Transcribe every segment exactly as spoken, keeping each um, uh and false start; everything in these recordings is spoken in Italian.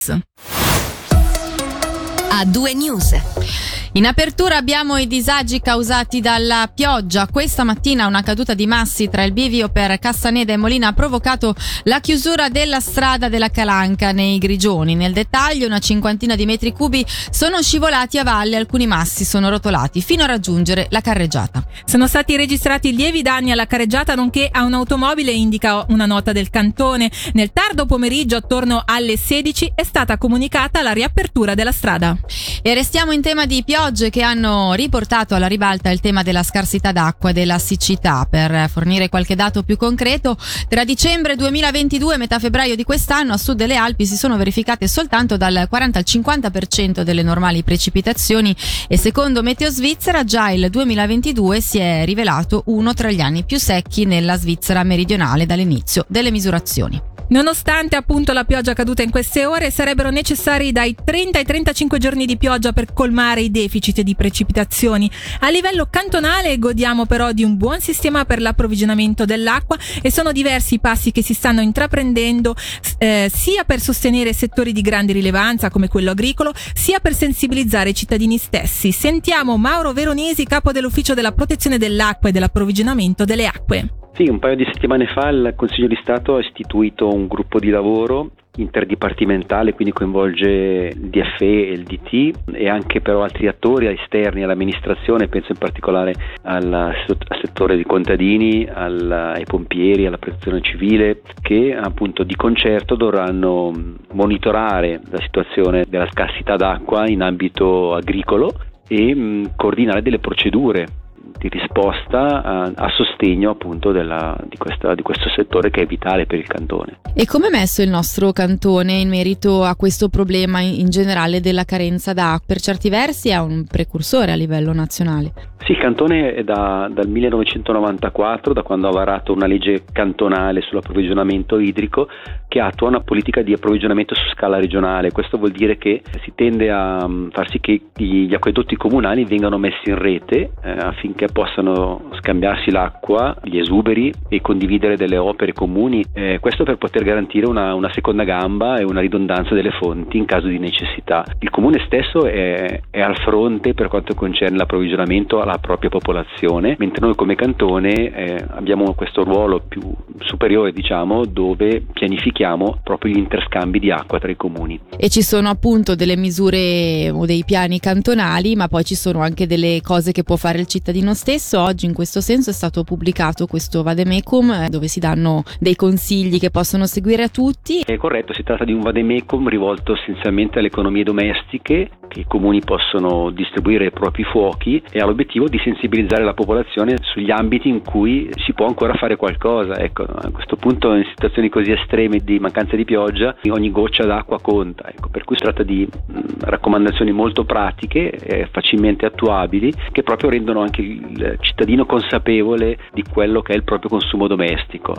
A due News. In apertura abbiamo i disagi causati dalla pioggia. Questa mattina una caduta di massi tra il bivio per Cassaneda e Molina ha provocato la chiusura della strada della Calanca nei Grigioni. Nel dettaglio, una cinquantina di metri cubi sono scivolati a valle, alcuni massi sono rotolati fino a raggiungere la carreggiata. Sono stati registrati lievi danni alla carreggiata nonché a un'automobile, indica una nota del cantone. Nel tardo pomeriggio, attorno alle sedici, è stata comunicata la riapertura della strada. E restiamo in tema di piogge che hanno riportato alla ribalta il tema della scarsità d'acqua e della siccità. Per fornire qualche dato più concreto, tra dicembre duemilaventidue e metà febbraio di quest'anno a sud delle Alpi si sono verificate soltanto dal quaranta al cinquanta per cento delle normali precipitazioni e secondo Meteo Svizzera già il duemilaventidue si è rivelato uno tra gli anni più secchi nella Svizzera meridionale dall'inizio delle misurazioni. Nonostante appunto la pioggia caduta in queste ore, sarebbero necessari dai trenta ai trentacinque giorni di pioggia per colmare i deficit di precipitazioni. A livello cantonale godiamo però di un buon sistema per l'approvvigionamento dell'acqua e sono diversi i passi che si stanno intraprendendo eh, sia per sostenere settori di grande rilevanza come quello agricolo, sia per sensibilizzare i cittadini stessi. Sentiamo Mauro Veronesi, capo dell'Ufficio della Protezione dell'Acqua e dell'Approvvigionamento delle Acque. Sì, un paio di settimane fa il Consiglio di Stato ha istituito un gruppo di lavoro interdipartimentale, quindi coinvolge il D F E e il D T e anche però altri attori esterni all'amministrazione, penso in particolare al, al settore dei contadini, al, ai pompieri, alla protezione civile, che appunto di concerto dovranno monitorare la situazione della scarsità d'acqua in ambito agricolo e mh, coordinare delle procedure di risposta a, a sostegno appunto della, di, questa, di questo settore che è vitale per il cantone. E come è messo il nostro cantone in merito a questo problema in generale della carenza d'acqua? Per certi versi è un precursore a livello nazionale. Sì, il cantone è da, dal millenovecentonovantaquattro, da quando ha varato una legge cantonale sull'approvvigionamento idrico che attua una politica di approvvigionamento su scala regionale. Questo vuol dire che si tende a far sì che gli acquedotti comunali vengano messi in rete eh, affinché possano scambiarsi l'acqua, gli esuberi e condividere delle opere comuni, eh, questo per poter garantire una, una seconda gamba e una ridondanza delle fonti in caso di necessità. Il comune stesso è, è al fronte per quanto concerne l'approvvigionamento alla propria popolazione, mentre noi come cantone eh, abbiamo questo ruolo più superiore, diciamo, dove pianifichiamo proprio gli interscambi di acqua tra i comuni. E ci sono appunto delle misure o dei piani cantonali, ma poi ci sono anche delle cose che può fare il cittadino stesso. Oggi in questo senso è stato pubblicato questo vademecum dove si danno dei consigli che possono seguire a tutti. È corretto, si tratta di un vademecum rivolto essenzialmente alle economie domestiche che i comuni possono distribuire ai propri fuochi e ha l'obiettivo di sensibilizzare la popolazione sugli ambiti in cui si può ancora fare qualcosa. Ecco, a questo punto in situazioni così estreme di mancanza di pioggia ogni goccia d'acqua conta, ecco, per cui si tratta di mh, raccomandazioni molto pratiche, eh, facilmente attuabili, che proprio rendono anche il cittadino consapevole di quello che è il proprio consumo domestico.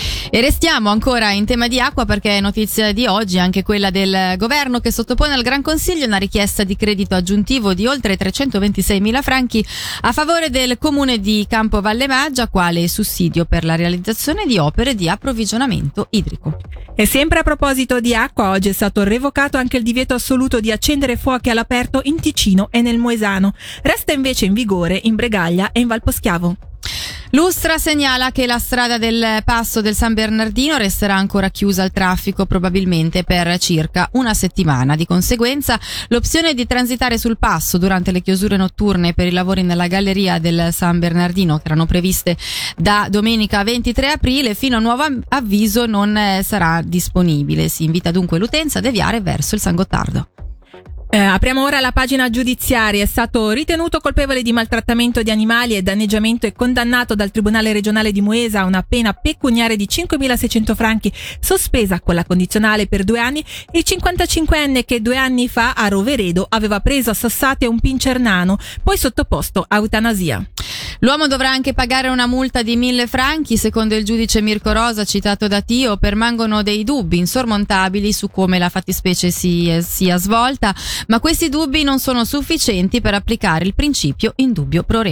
E restiamo ancora in tema di acqua perché è notizia di oggi anche quella del governo che sottopone al Gran Consiglio una richiesta di credito aggiuntivo di oltre trecentoventiseimila franchi a favore del comune di Campo Valle Maggia quale sussidio per la realizzazione di opere di approvvigionamento idrico. E sempre a proposito di acqua, oggi è stato revocato anche il divieto assoluto di accendere fuochi all'aperto in Ticino e nel Moesano. Resta invece in vigore in Bregaglia e in Valposchiavo. Lustra segnala che la strada del passo del San Bernardino resterà ancora chiusa al traffico probabilmente per circa una settimana. Di conseguenza l'opzione di transitare sul passo durante le chiusure notturne per i lavori nella galleria del San Bernardino che erano previste da domenica ventitré aprile fino a nuovo avviso non sarà disponibile. Si invita dunque l'utenza a deviare verso il San Gottardo. Eh, apriamo ora la pagina giudiziaria. È stato ritenuto colpevole di maltrattamento di animali e danneggiamento e condannato dal Tribunale regionale di Moesa a una pena pecuniaria di cinquemilaseicento franchi sospesa con la condizionale per due anni il cinquantacinquenne che due anni fa a Roveredo aveva preso a sassate un pincer nano poi sottoposto a eutanasia. L'uomo dovrà anche pagare una multa di mille franchi. Secondo il giudice Mirko Rosa, citato da Tio, permangono dei dubbi insormontabili su come la fattispecie si, sia svolta, ma questi dubbi non sono sufficienti per applicare il principio in dubbio pro reo.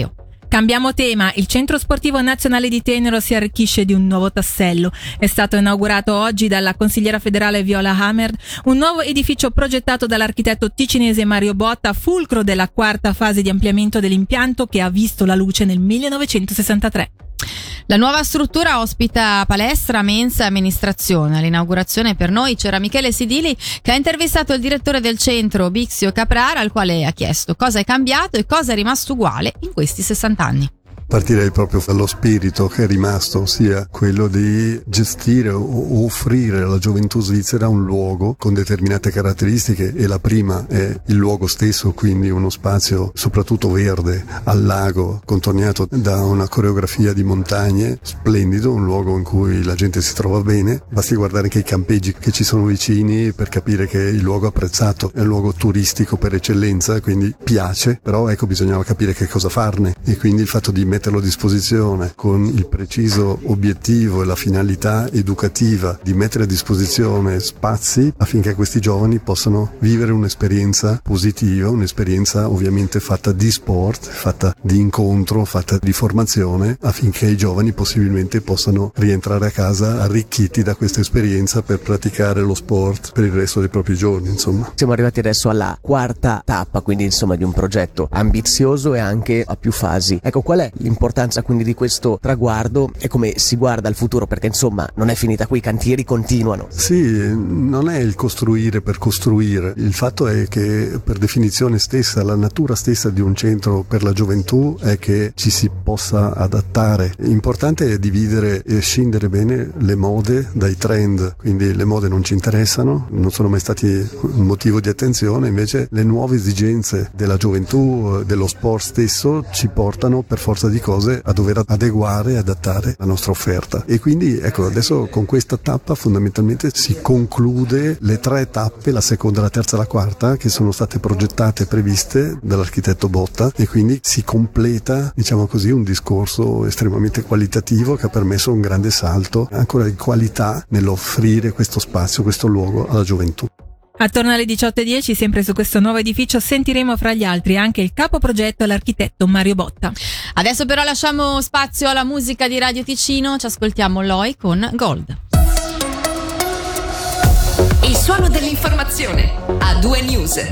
Cambiamo tema, il Centro Sportivo Nazionale di Tenero si arricchisce di un nuovo tassello. È stato inaugurato oggi dalla consigliera federale Viola Hammer un nuovo edificio progettato dall'architetto ticinese Mario Botta, fulcro della quarta fase di ampliamento dell'impianto che ha visto la luce nel millenovecentosessantatré. La nuova struttura ospita palestra, mensa e amministrazione. All'inaugurazione per noi c'era Michele Sidili che ha intervistato il direttore del centro, Bixio Caprara, al quale ha chiesto cosa è cambiato e cosa è rimasto uguale in questi sessanta anni. Partirei proprio dallo spirito che è rimasto, ossia quello di gestire o offrire alla gioventù svizzera un luogo con determinate caratteristiche, e la prima è il luogo stesso, quindi uno spazio soprattutto verde al lago, contornato da una coreografia di montagne, splendido, un luogo in cui la gente si trova bene. Basti guardare anche i campeggi che ci sono vicini per capire che il luogo apprezzato è un luogo turistico per eccellenza, quindi piace, però ecco, bisognava capire che cosa farne, e quindi il fatto di metterlo a disposizione con il preciso obiettivo e la finalità educativa di mettere a disposizione spazi affinché questi giovani possano vivere un'esperienza positiva, un'esperienza ovviamente fatta di sport, fatta di incontro, fatta di formazione, affinché i giovani possibilmente possano rientrare a casa arricchiti da questa esperienza per praticare lo sport per il resto dei propri giorni, insomma. Siamo arrivati adesso alla quarta tappa, quindi insomma di un progetto ambizioso e anche a più fasi. Ecco, qual è l'importanza quindi di questo traguardo e come si guarda al futuro, perché insomma non è finita qui, i cantieri continuano. Sì, non è il costruire per costruire, il fatto è che per definizione stessa, la natura stessa di un centro per la gioventù è che ci si possa adattare. L'importante è dividere e scindere bene le mode dai trend, quindi le mode non ci interessano, non sono mai stati un motivo di attenzione, invece le nuove esigenze della gioventù, dello sport stesso ci portano per forza di cose a dover adeguare e adattare la nostra offerta. E quindi ecco, adesso con questa tappa fondamentalmente si conclude le tre tappe, la seconda, la terza e la quarta, che sono state progettate e previste dall'architetto Botta, e quindi si completa, diciamo così, un discorso estremamente qualitativo che ha permesso un grande salto ancora di qualità nell'offrire questo spazio, questo luogo alla gioventù. Attorno alle diciotto e dieci, sempre su questo nuovo edificio, sentiremo fra gli altri anche il capo progetto e l'architetto Mario Botta. Adesso però lasciamo spazio alla musica di Radio Ticino, ci ascoltiamo Loi con Gold. Il suono dell'informazione a due News.